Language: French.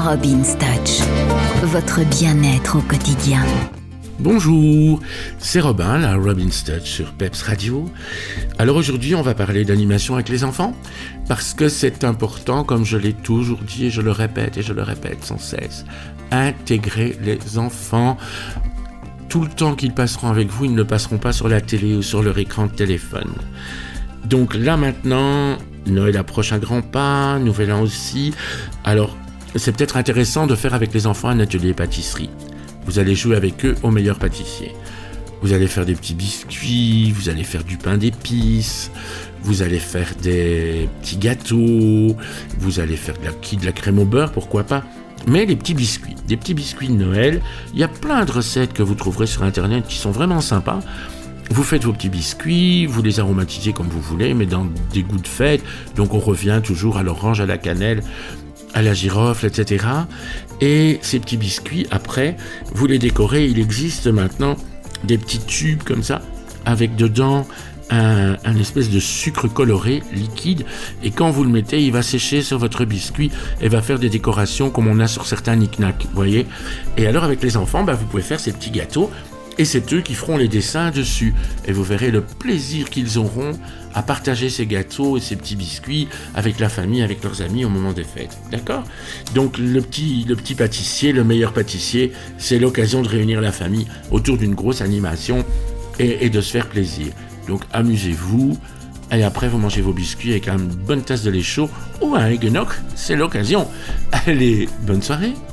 Robin's Touch, votre bien-être au quotidien. Bonjour, c'est Robin, la Robin's Touch sur Peps Radio. Alors aujourd'hui, on va parler d'animation avec les enfants, parce que c'est important, comme je l'ai toujours dit et je le répète sans cesse. Intégrer les enfants. Tout le temps qu'ils passeront avec vous, ils ne le passeront pas sur la télé ou sur leur écran de téléphone. Donc là maintenant, Noël approche à grands pas, Nouvel An aussi. Alors, c'est peut-être intéressant de faire avec les enfants un atelier pâtisserie. Vous allez jouer avec eux au meilleur pâtissier. Vous allez faire des petits biscuits, vous allez faire du pain d'épices, vous allez faire des petits gâteaux, vous allez faire de la crème au beurre, pourquoi pas. Mais des petits biscuits de Noël, il y a plein de recettes que vous trouverez sur Internet qui sont vraiment sympas. Vous faites vos petits biscuits, vous les aromatisez comme vous voulez, mais dans des goûts de fête. Donc on revient toujours à l'orange, à la cannelle, à la girofle, etc. Et ces petits biscuits, après, vous les décorez. Il existe maintenant des petits tubes comme ça, avec dedans un espèce de sucre coloré, liquide. Et quand vous le mettez, il va sécher sur votre biscuit et va faire des décorations comme on a sur certains knick-knack, vous voyez. Et alors avec les enfants, vous pouvez faire ces petits gâteaux. Et c'est eux qui feront les dessins dessus. Et vous verrez le plaisir qu'ils auront à partager ces gâteaux et ces petits biscuits avec la famille, avec leurs amis au moment des fêtes. D'accord ? Donc le petit pâtissier, le meilleur pâtissier, c'est l'occasion de réunir la famille autour d'une grosse animation et de se faire plaisir. Donc amusez-vous. Et après, vous mangez vos biscuits avec une bonne tasse de lait chaud ou un eggnog, c'est l'occasion. Allez, bonne soirée.